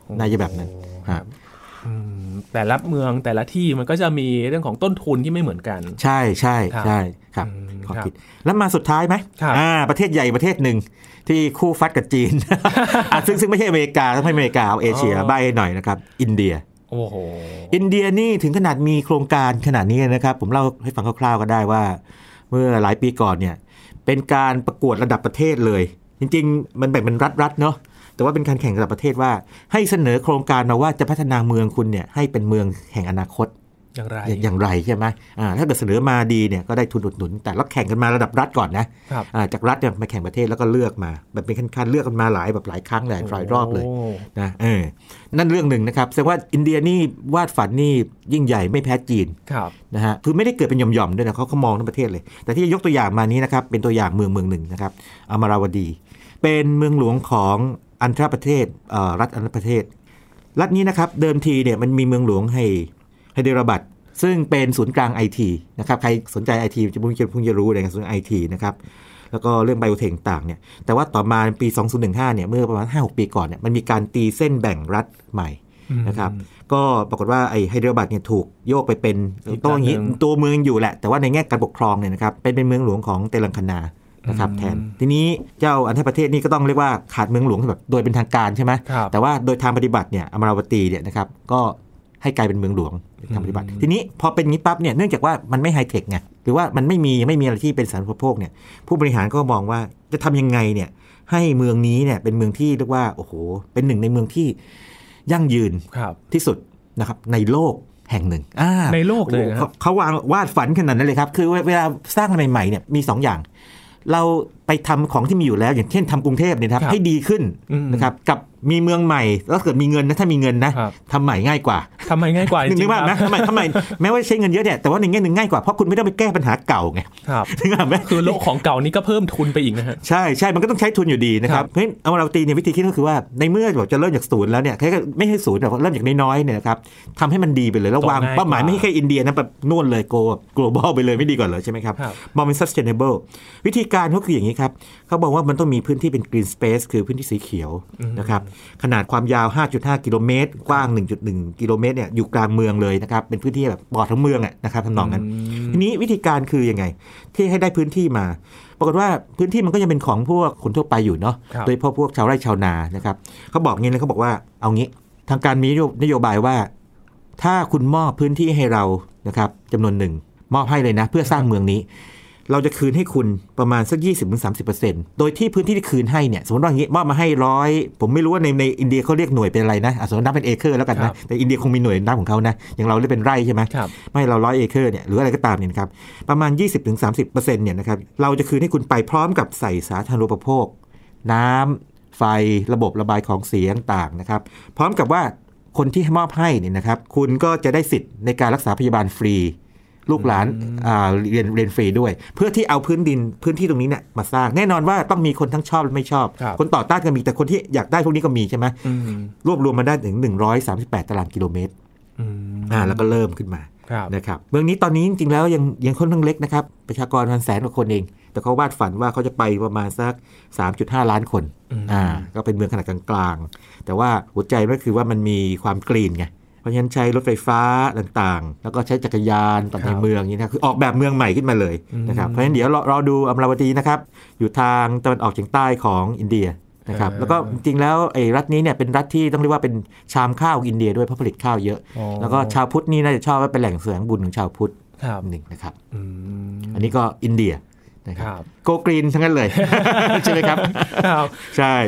น่าจะแบบนั้นแต่ละเมืองแต่ละที่มันก็จะมีเรื่องของต้นทุนที่ไม่เหมือนกันใช่ใช่ใช่ครับขอคิดแล้วมาสุดท้ายไหมประเทศใหญ่ประเทศหนึ่งที่คู่ฟัดกับจีน ซึ่งไม่ใช่อเมริกาต้องให้อเมริกาเอาเอเชียใบ้หน่อยนะครับอินเดียโอ้โหอินเดียนี่ถึงขนาดมีโครงการขนาดนี้นะครับผมเล่าให้ฟังคร่าวๆก็ได้ว่าเมื่อหลายปีก่อนเนี่ยเป็นการประกวดระดับประเทศเลยจริงๆมันแบ่งเป็นรัฐเนาะแต่ว่าเป็นการแข่งระดับประเทศว่าให้เสนอโครงการมาว่าจะพัฒนาเมืองคุณเนี่ยให้เป็นเมืองแห่งอนาคตอย่างไรใช่ไหมถ้าเกิดเสนอมาดีเนี่ยก็ได้ทุนอุดหนุนแต่เราแข่งกันมาระดับรัฐก่อนนะจากรัฐเนี่ยมาแข่งประเทศแล้วก็เลือกมาแบบเป็นขั้นๆเลือกกันมาหลายครั้งหลายรอบเลยนะนั่นเรื่องหนึ่งนะครับแสดงว่าอินเดียนี่วาดฝันนี่ยิ่งใหญ่ไม่แพ้จีนนะฮะคือไม่ได้เกิดเป็นหย่อมๆด้วยนะเขามองทั้งประเทศเลยแต่ที่ยกตัวอย่างมานี้นะครับเป็นตัวอย่างเมืองหนึ่งนะครับอมราวดีเป็นเมืองหลวงของอันธรประเทศรัฐอันธประเทศรัฐนี้นะครับเดิมทีเนี่ยมันมีเมืองหลวงไฮเดราบัดซึ่งเป็นศูนย์กลาง IT นะครับใครสนใจ IT จะพุ่งจะรู้เลยศูนย์ IT นะครับแล้วก็เรื่องไบโอเทคต่างเนี่ยแต่ว่าต่อมาปี 2015เนี่ยเมื่อประมาณ 5-6 ปีก่อนเนี่ยมันมีการตีเส้นแบ่งรัฐใหม่นะครับก็ปรากฏว่าไอ้ไฮเดราบัดเนี่ยถูกโยกไปเป็นตัวเมืองอยู่แหละแต่ว่าในแง่การปกครองเนี่ยนะครับเป็นเมืองหลวงของเตลังกานานะครับแทนทีนี้เจ้าอันธประเทศนี่ก็ต้องเรียกว่าขาดเมืองหลวงแบบโดยเป็นทางการใช่ไหมแต่ว่าโดยทางปฏิบัติเนี่ยอมราวตีเนี่ยนะครับก็ให้กลายเป็นเมืองหลวงทางปฏิบัติทีนี้พอเป็นงี้ปั๊บเนี่ยเนื่องจากว่ามันไม่ไฮเทคไงหรือว่ามันไม่มีอะไรที่เป็นสาธารณูปโภคเนี่ยผู้บริหารก็มองว่าจะทำยังไงเนี่ยให้เมืองนี้เนี่ยเป็นเมืองที่เรียกว่าโอ้โหเป็นหนึ่งในเมืองที่ยั่งยืนที่สุดนะครับในโลกแห่งหนึ่งในโลกเลยเขาวาดฝันขนาดนั้นเลยครับคือเวลาสร้างอะไรใหม่ๆเนี่ยมี2 อย่างเราไปทำของที่มีอยู่แล้วอย่างเช่นทำกรุงเทพเนี่ยครับให้ดีขึ้นนะครับกับมีเมืองใหม่แล้วเกิดมีเงินนะถ้ามีเงินนะทำใหม่ง่ายกว่าจริงว่าทำไมแม้ว่าใช้เงินเยอะเนี่ยแต่ว่าในแง่หนึ่งง่ายกว่าเพราะคุณไม่ต้องไปแก้ปัญหาเก่าไงคือโลกของเก่านี้ก็เพิ่มทุนไปอีกนะฮะใช่มันก็ต้องใช้ทุนอยู่ดีนะครับเพราะฉะนั้นเอาเราตีเนี่ยวิธีคิดก็คือว่าในเมื่อจะเริ่มจากศูนย์แล้วเนี่ยไม่ใช่ศูนย์แต่เริ่มจากน้อยๆเนี่ยครับทำให้มันดีไปเลยแล้ววางเป้าหมายไม่ใช่แค่อินเดียนะแบบนู่นเลยglobal ไปเลยไม่ดีกว่าเหรอใช่ไหมครับมองเป็น sustainable วิธีการก็คืออย่างนี้ครับเขาบอกว่ามันต้องมีพื้นที่เป็น green space คือพื้นที่สีเขียวนะครับขนาดความยาว 5.5 กิโลเมตรกว้าง 1.1 กิโลเมตรเนี่ยอยู่กลางเมืองเลยนะครับเป็นพื้นที่แบบปลอดทั้งเมืองนะครับทำนองนั้นทีนี้วิธีการคือยังไงที่ให้ได้พื้นที่มาปรากฏว่าพื้นที่มันก็ยังเป็นของพวกคนทั่วไปอยู่เนาะโดยเฉพาะพวกชาวไร่ชาวนานะครับเขาบอกงี้เลยเขาบอกว่าเอางี้ทางการมีนโยบายว่าถ้าคุณมอบพื้นที่ให้เรานะครับจำนวนหนึ่งมอบให้เลยนะเพื่อสร้างเมืองนี้เราจะคืนให้คุณประมาณสัก 20-30% โดยที่พื้นที่ที่คืนให้เนี่ยสมมติว่าอย่างนี้มอบมาให้100ผมไม่รู้ว่าในอินเดียเขาเรียกหน่วยเป็นอะไรนะสมมตินับเป็นเอเคอร์แล้วกันนะแต่อินเดียคงมีหน่วยนับของเขานะอย่างเราเรียกเป็นไร่ใช่ไหมไม่เรา100 เอเคอร์เนี่ยหรืออะไรก็ตามเนี่ยครับประมาณ 20-30% เนี่ยนะครับเราจะคืนให้คุณไปพร้อมกับใส่สาธารณูปโภคน้ำไฟระบบระบายของเสียต่างๆนะครับพร้อมกับว่าคนที่มอบให้เนี่ยนะครับคุณก็จะได้สิทธิ์ในการรักษาพยาบาลฟรีลูกหลานเรียนฟรีด้วยเพื่อที่เอาพื้นที่ตรงนี้เนี่ยมาสร้างแน่นอนว่าต้องมีคนทั้งชอบและไม่ชอบคนต่อต้านก็มีแต่คนที่อยากได้พวกนี้ก็มีใช่ไหมรวบรวมมาได้ถึง138 ตารางกิโลเมตรแล้วก็เริ่มขึ้นมานะครับเมืองนี้ตอนนี้จริงๆแล้วยังค่อนข้างเล็กนะครับประชากรประมาณ100,000 กว่าคนเองแต่เขาวาดฝันว่าเขาจะไปประมาณสัก 3.5 ล้านคนก็เป็นเมืองขนาดกลางๆแต่ว่าหัวใจก็คือว่ามันมีความกรีนไงเพราะฉะนั้นใช้รถไฟฟ้าต่างๆแล้วก็ใช้จักรยานต่างในเมืองนี้นะคือออกแบบเมืองใหม่ขึ้นมาเลยนะครับเพราะฉะนั้นเดี๋ยวเราดูอมราวดีนะครับอยู่ทางตะวันออกเฉียงใต้ของอินเดียนะครับแล้วก็จริงๆแล้วไอ้รัฐนี้เนี่ยเป็นรัฐที่ต้องเรียกว่าเป็นชามข้าวของอินเดียด้วยเพราะผลิตข้าวเยอะแล้วก็ชาวพุทธนี่น่าจะชอบว่าเป็นแหล่งแสวงบุญของชาวพุทธหนึ่งนะครับอันนี้ก็อินเดียนะครับโกกรีนทั้งนั้นเลยใช่ไหมครับใช่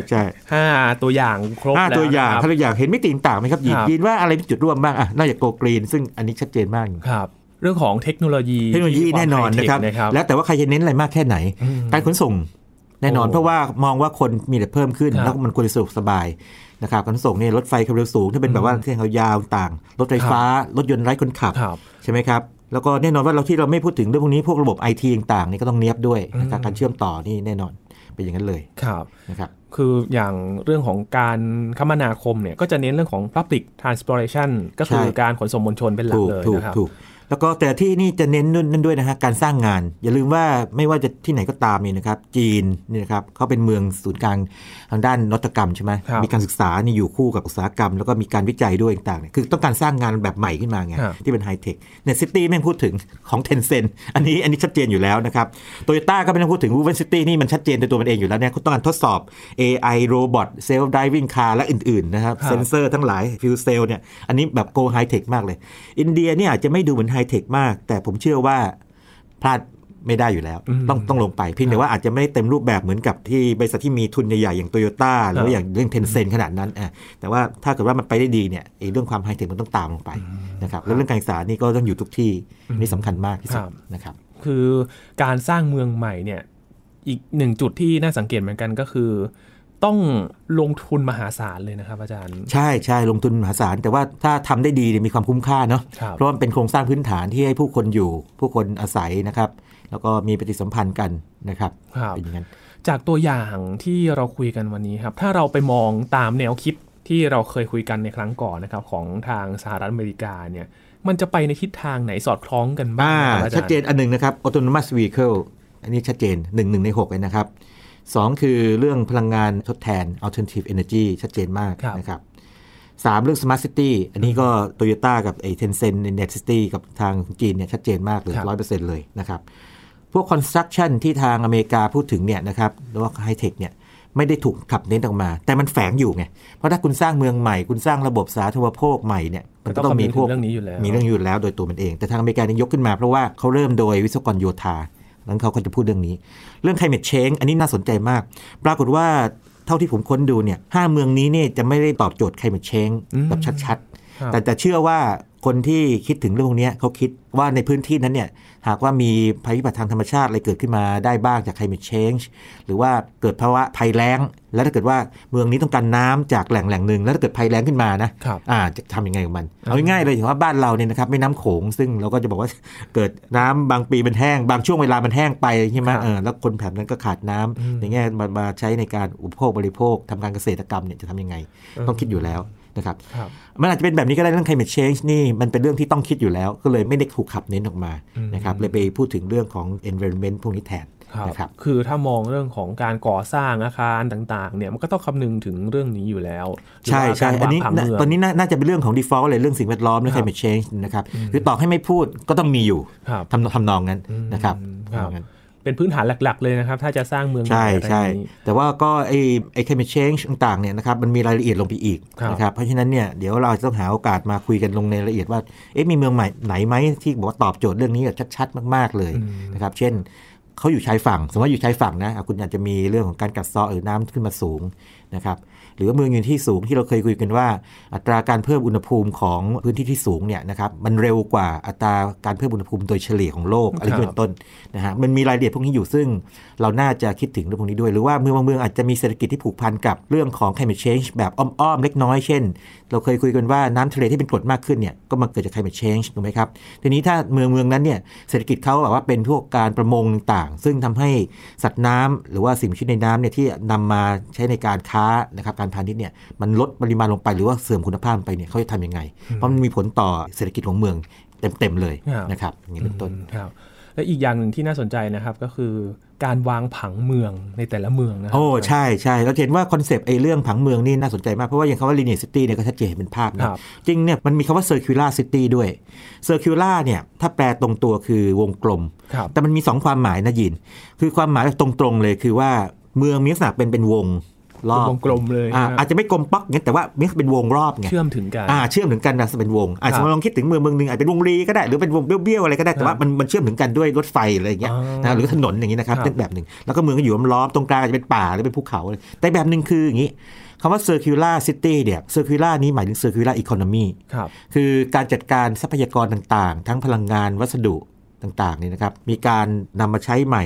5 ตัวอย่างครบแล้ว5 ตัวอย่างเห็นไม่ตีต่างไหมครับยินว่าอะไรเป็นจุดร่วมบ้างนอกจากโกกรีนซึ่งอันนี้ชัดเจนมากครับเรื่องของเทคโนโลยีแน่นอนนะครับแล้วแต่ว่าใครจะเน้นอะไรมากแค่ไหนการขนส่งแน่นอนเพราะว่ามองว่าคนมีแต่เพิ่มขึ้นแล้วมันควรจะสะดวกสบายนะครับการขนส่งเนี่ยรถไฟความเร็วสูงถ้าเป็นแบบว่าเส้นยาวต่างรถไฟฟ้ารถยนต์ไร้คนขับใช่ไหมครับแล้วก็แน่นอนว่าที่เราไม่พูดถึงเรื่องพวกนี้พวกระบบ IT ต่างๆนี่ก็ต้องเนียบด้วยนะครับการเชื่อมต่อนี่แน่นอนเป็นอย่างนั้นเลยนะครับคืออย่างเรื่องของการคมนาคมเนี่ยก็จะเน้นเรื่องของ public transportation ก็คือการขนส่งมวลชนเป็นหลักเลยนะครับแล้วก็แต่ที่นี่จะเน้นนั่นด้วยนะฮะการสร้างงานอย่าลืมว่าไม่ว่าจะที่ไหนก็ตามนี่นะครับจีนนี่นะครับเขาเป็นเมืองศูนย์กลางทางด้านนวัตกรรมใช่ไหมมีการศึกษานี่อยู่คู่กับอุตสาหกรรมแล้วก็มีการวิจัยด้วยต่างๆคือต้องการสร้างงานแบบใหม่ขึ้นมาไงที่เป็นไฮเทคเนี่ยซิตี้ไม่พูดถึงของ Tencent อันนี้ชัดเจนอยู่แล้วนะครับ Toyota ก็ไม่ต้องพูดถึง Woven City นี่มันชัดเจนในตัวมันเองอยู่แล้วเนี่ยเขาต้องการทดสอบ AI Robot Self Driving Car และอื่นๆนะครับเซนเซอร์ทั้งหลาย Fuel Cell เนี่ยอันนี้แบบ Go High Tech มากเลยอินเดียเนี่ยอาจจะไม่ดูเหมือนไฮเทคมากแต่ผมเชื่อว่าพลาดไม่ได้อยู่แล้วต้องลงไปเพียงแต่ว่าอาจจะไม่ได้เต็มรูปแบบเหมือนกับที่บริษัทที่มีทุนใหญ่ๆอย่าง Toyota หรือว่าอย่างเรื่อง Tencent ขนาดนั้นแต่ว่าถ้าเกิดว่ามันไปได้ดีเนี่ยเรื่องความไฮเทคมันต้องตามลงไปนะครับแล้วเรื่องการศึกษานี่ก็ต้องอยู่ทุกที่นี่สำคัญมากที่สุดนะครับคือการสร้างเมืองใหม่เนี่ยอีกหนึ่งจุดที่น่าสังเกตเหมือนกันก็คือต้องลงทุนมหาศาลเลยนะครับอาจารย์ใช่ลงทุนมหาศาลแต่ว่าถ้าทำได้ดีมีความคุ้มค่าเนาะเพราะมันเป็นโครงสร้างพื้นฐานที่ให้ผู้คนอยู่ผู้คนอาศัยนะครับแล้วก็มีปฏิสัมพันธ์กันนะครับเป็นอย่างนั้นจากตัวอย่างที่เราคุยกันวันนี้ครับถ้าเราไปมองตามแนวคิดที่เราเคยคุยกันในครั้งก่อนนะครับของทางสหรัฐอเมริกาเนี่ยมันจะไปในทิศทางไหนสอดคล้องกันบ้างชัดเจนอันหนึ่งนะครับ autonomous vehicle อันนี้ชัดเจน1ใน6เลยนะครับ2คือเรื่องพลังงานทดแทน alternative energy ชัดเจนมากนะครับ3เรื่อง smart city อันนี้ก็ Toyota กับTencent Net City กับทางจีนเนี่ยชัดเจนมากเลย 100% เลยนะครับพวก construction ที่ทางอเมริกาพูดถึงเนี่ยนะครับหรือว่า high tech เนี่ยไม่ได้ถูกขับเน้นออกมาแต่มันแฝงอยู่ไงเพราะถ้าคุณสร้างเมืองใหม่คุณสร้างระบบสาธารณูปโภคใหม่เนี่ยมันก็ต้องมีพวกมีเรื่องอยู่แล้วโดยตัวมันเองแต่ทางอเมริกาเนี่ยยกขึ้นมาเพราะว่าเขาเริ่มโดยวิศวกรโยธาแล้วเขาก็จะพูดเรื่องนี้เรื่อง climate change อันนี้น่าสนใจมากปรากฏว่าเท่าที่ผมค้นดูเนี่ย5เมืองนี้เนี่ยจะไม่ได้ตอบโจทย์ climate change แบบชัดๆแต่เชื่อว่าคนที่คิดถึงเรื่องพวกนี้เขาคิดว่าในพื้นที่นั้นเนี่ยหากว่ามีภัยพิบัติทางธรรมชาติอะไรเกิดขึ้นมาได้บ้างจาก climate change หรือว่าเกิดภาวะภัยแล้งแล้วถ้าเกิดว่าเมืองนี้ต้องการน้ำจากแหล่งหนึ่งแล้วถ้าเกิดภัยแล้งขึ้นมานะจะทำยังไงกับมันเอาง่ายๆเลยถึงว่าบ้านเราเนี่ยนะครับไม่น้ำโขงซึ่งเราก็จะบอกว่าเกิดน้ำบางปีมันแห้งบางช่วงเวลามันแห้งไปใช่ไหมแล้วคนแถบนั้นก็ขาดน้ำในแง่มาใช้ในการอุปโภคบริโภคทำการเกษตรกรรมเนี่ยจะทำยังไงต้องคิดอยู่แล้วนะครับมันอาจจะเป็นแบบนี้ก็ได้เรื่อง climate change นี่มันเป็นเรื่องที่ต้องคิดอยู่แล้วก็เลยไม่ได้ถูกขับเน้นออกมานะครับเลยไปพูดถึงเรื่องของ environment พวกนี้แทนนะครับคือถ้ามองเรื่องของการก่อสร้างอาคารต่างๆเนี่ยมันก็ต้องคำนึงถึงเรื่องนี้อยู่แล้วใช่อันนี้ตอนนี้น่าจะเป็นเรื่องของ default เลยเรื่องสิ่งแวดล้อมเรื่อง climate change นะครับคือต่อให้ไม่พูดก็ต้องมีอยู่ทำนองนั้นนะครับเป็นพื้นฐานหลักๆเลยนะครับถ้าจะสร้างเมืองใช่แต่ว่าก็ไอ้ climate change ต่างๆเนี่ยนะครับมันมีรายละเอียดลงไปอีกนะครับเพราะฉะนั้นเนี่ยเดี๋ยวเราจะต้องหาโอกาสมาคุยกันลงในรายละเอียดว่ามีเมืองใหม่ไหนไหมที่บอกว่าตอบโจทย์เรื่องนี้แบบชัดๆมากๆเลยนะครับเช่นเขาอยู่ชายฝั่งสมมติว่าอยู่ชายฝั่งนะคุณอาจจะมีเรื่องของการกัดเซาะหรือน้ำขึ้นมาสูงนะครับหรือว่าเมืองอยู่ที่สูงที่เราเคยคุยกันว่าอัตราการเพิ่มอุณหภูมิของพื้นที่ที่สูงเนี่ยนะครับมันเร็วกว่าอัตราการเพิ่มอุณหภูมิโดยเฉลี่ยของโลกอะไรเป็นต้นนะฮะมันมีรายละเอียดพวกนี้อยู่ซึ่งเราน่าจะคิดถึงเรื่องพวกนี้ด้วยหรือว่าเมืองบางเมืองอาจจะมีเศรษฐกิจที่ผูกพันกับเรื่องของ climate change แบบอ้อมๆเล็กน้อยเช่นเราเคยคุยกันว่าน้ำทะเลที่เป็นกรดมากขึ้นเนี่ยก็มาเกิดจาก climate change ถูกไหมครับทีนี้ถ้าเมืองนั้นเนี่ยเศรษฐกิจเขาแบบว่าเป็นพวกการประมงต่างๆซึ่งทำให้สัตว์น้ำหรือว่าสิ่งมีชีวิตในน้ำเนี่ยที่นำมาใช้ในการค้านะครับการพาณิชย์เนี่ยมันลดปริมาณลงไปหรือว่าเสื่อมคุณภาพไปเนี่ยเขาจะทำยังไงเพราะมันมีผลต่อเศรษฐกิจของเมืองเต็มเลยนะครับอย่างนี้เป็นต้นและอีกอย่างหนึ่งที่น่าสนใจนะครับก็คือการวางผังเมืองในแต่ละเมืองนะโอ้ใช่เราเห็นว่าคอนเซปต์เรื่องผังเมืองนี่น่าสนใจมากเพราะว่าอย่างคำว่า linear city เนี่ยก็ชัดเจนเป็นภาพนะจริงเนี่ยมันมีคำว่า circular city ด้วย circular เนี่ยถ้าแปลตรงตัวคือวงกลมแต่มันมี2ความหมายนะยินคือความหมายตรงๆเลยคือว่าเมืองมีลักษณะเป็นวงรอบวงกลมเลยอาจจะไม่กลมป๊อกงั้นแต่ว่ามันเป็นวงรอบไงเชื่อมถึงกันเชื่อมถึงกันนะเป็นวงอาจจะลองคิดถึงเมืองนึงอาจเป็นวงรีก็ได้หรือเป็นวงเบี้ยวๆอะไรก็ได้แต่ว่ามันเชื่อมถึงกันด้วยรถไฟอะไรอย่างเงี้ยนะหรือถนนอย่างงี้นะครับเป็นแบบนึงแล้วก็เมืองก็อยู่ล้อมตรงกลางจะเป็นป่าหรือเป็นภูเขาแต่แบบนึงคืออย่างงี้คำว่า circular city เนี่ย circular นี้หมายถึง circular economy คือการจัดการทรัพยากรต่างๆทั้งพลังงานวัสดุต่างๆนี่นะครับมีการนำมาใช้ใหม่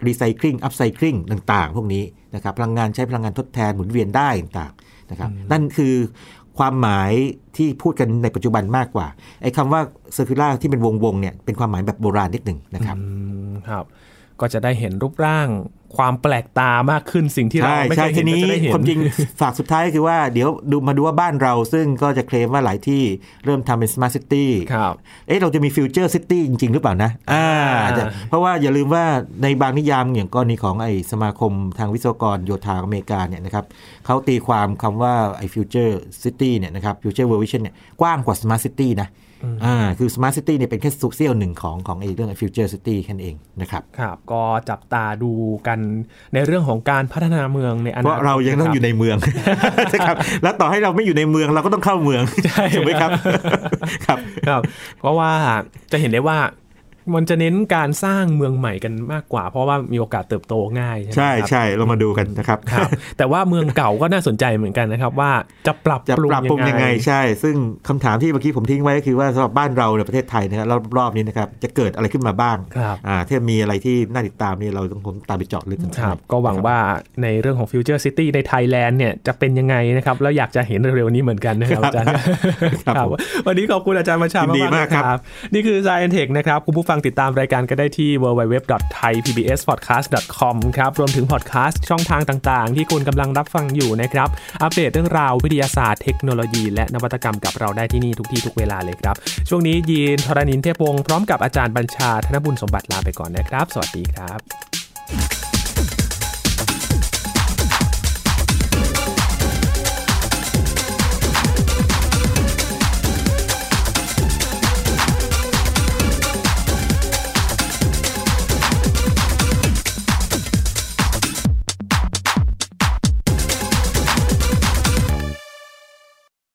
upcycling ต่างๆพวกนี้นะครับพลังงานใช้พลังงานทดแทนหมุนเวียนได้ต่างๆนะครับนั่นคือความหมายที่พูดกันในปัจจุบันมากกว่าไอ้คำว่า circular ที่เป็นวงๆเนี่ยเป็นความหมายแบบโบราณนิดหนึ่งนะครับครับก็จะได้เห็นรูปร่างความแปลกตามากขึ้นสิ่งที่เราไม่เคยเห็นก็จะได้เห็นความจริงฝากสุดท้ายคือว่าเดี๋ยวมาดูว่าบ้านเราซึ่งก็จะเคลมว่าหลายที่เริ่มทำเป็น Smart City ครับเราจะมี Future City จริงๆหรือเปล่านะเพราะว่าอย่าลืมว่าในบางนิยามอย่างกรณีของสมาคมทางวิศวกรโยธาอเมริกาเนี่ยนะครับเขาตีความคำว่าFuture City เนี่ยนะครับ Future World Vision เนี่ยกว้างกว่า Smart City นะคือ Smart City เนี่ยเป็นแค่เสี้ยวหนึ่งของเรื่อง Future City แค่นั้นเองนะครับครับก็จับตาดูกันในเรื่องของการพัฒนาเมืองในอนาคตเพราะเรายังต้องอยู่ในเมืองนะครับแล้วต่อให้เราไม่อยู่ในเมืองเราก็ต้องเข้าเมืองถูกไหมครับครับเพราะว่าจะเห็นได้ว่ามันจะเน้นการสร้างเมืองใหม่กันมากกว่าเพราะว่ามีโอกาสเติบโตง่ายใช่ใช่เรามาดูกันนะครับแต่ว่าเมืองเก่าก็น่าสนใจเหมือนกันนะครับว่าจะปรับปรุงยังไงใช่ซึ่งคำถามที่เมื่อกี้ผมทิ้งไว้ก็คือว่าสำหรับบ้านเราในประเทศไทยนะครับรอบนี้นะครับจะเกิดอะไรขึ้นมาบ้างถ้ามีอะไรที่น่าติดตามนี่เราต้องตามไปเจาะลึกกันครับก็หวังว่าในเรื่องของ Future City ในไทยแลนด์เนี่ยจะเป็นยังไงนะครับแล้วอยากจะเห็นเร็วๆนี้เหมือนกันนะครับอาจารย์ครับวันนี้ขอบคุณอาจารย์บัญชามากครับนี่คือ Science Tech นะครับคุณผู้ฟังติดตามรายการก็ได้ที่ www.thaipbspodcast.com ครับรวมถึงพอดแคสต์ช่องทางต่างๆที่คุณกำลังรับฟังอยู่นะครับอัปเดตเรื่องราววิทยาศาสตร์เทคโนโลยีและนวัตกรรมกับเราได้ที่นี่ทุกที่ทุกเวลาเลยครับช่วงนี้ยีน ธรณินทร์ เทพวงศ์พร้อมกับอาจารย์บัญชา ธนบุญสมบัติลาไปก่อนนะครับสวัสดีครับ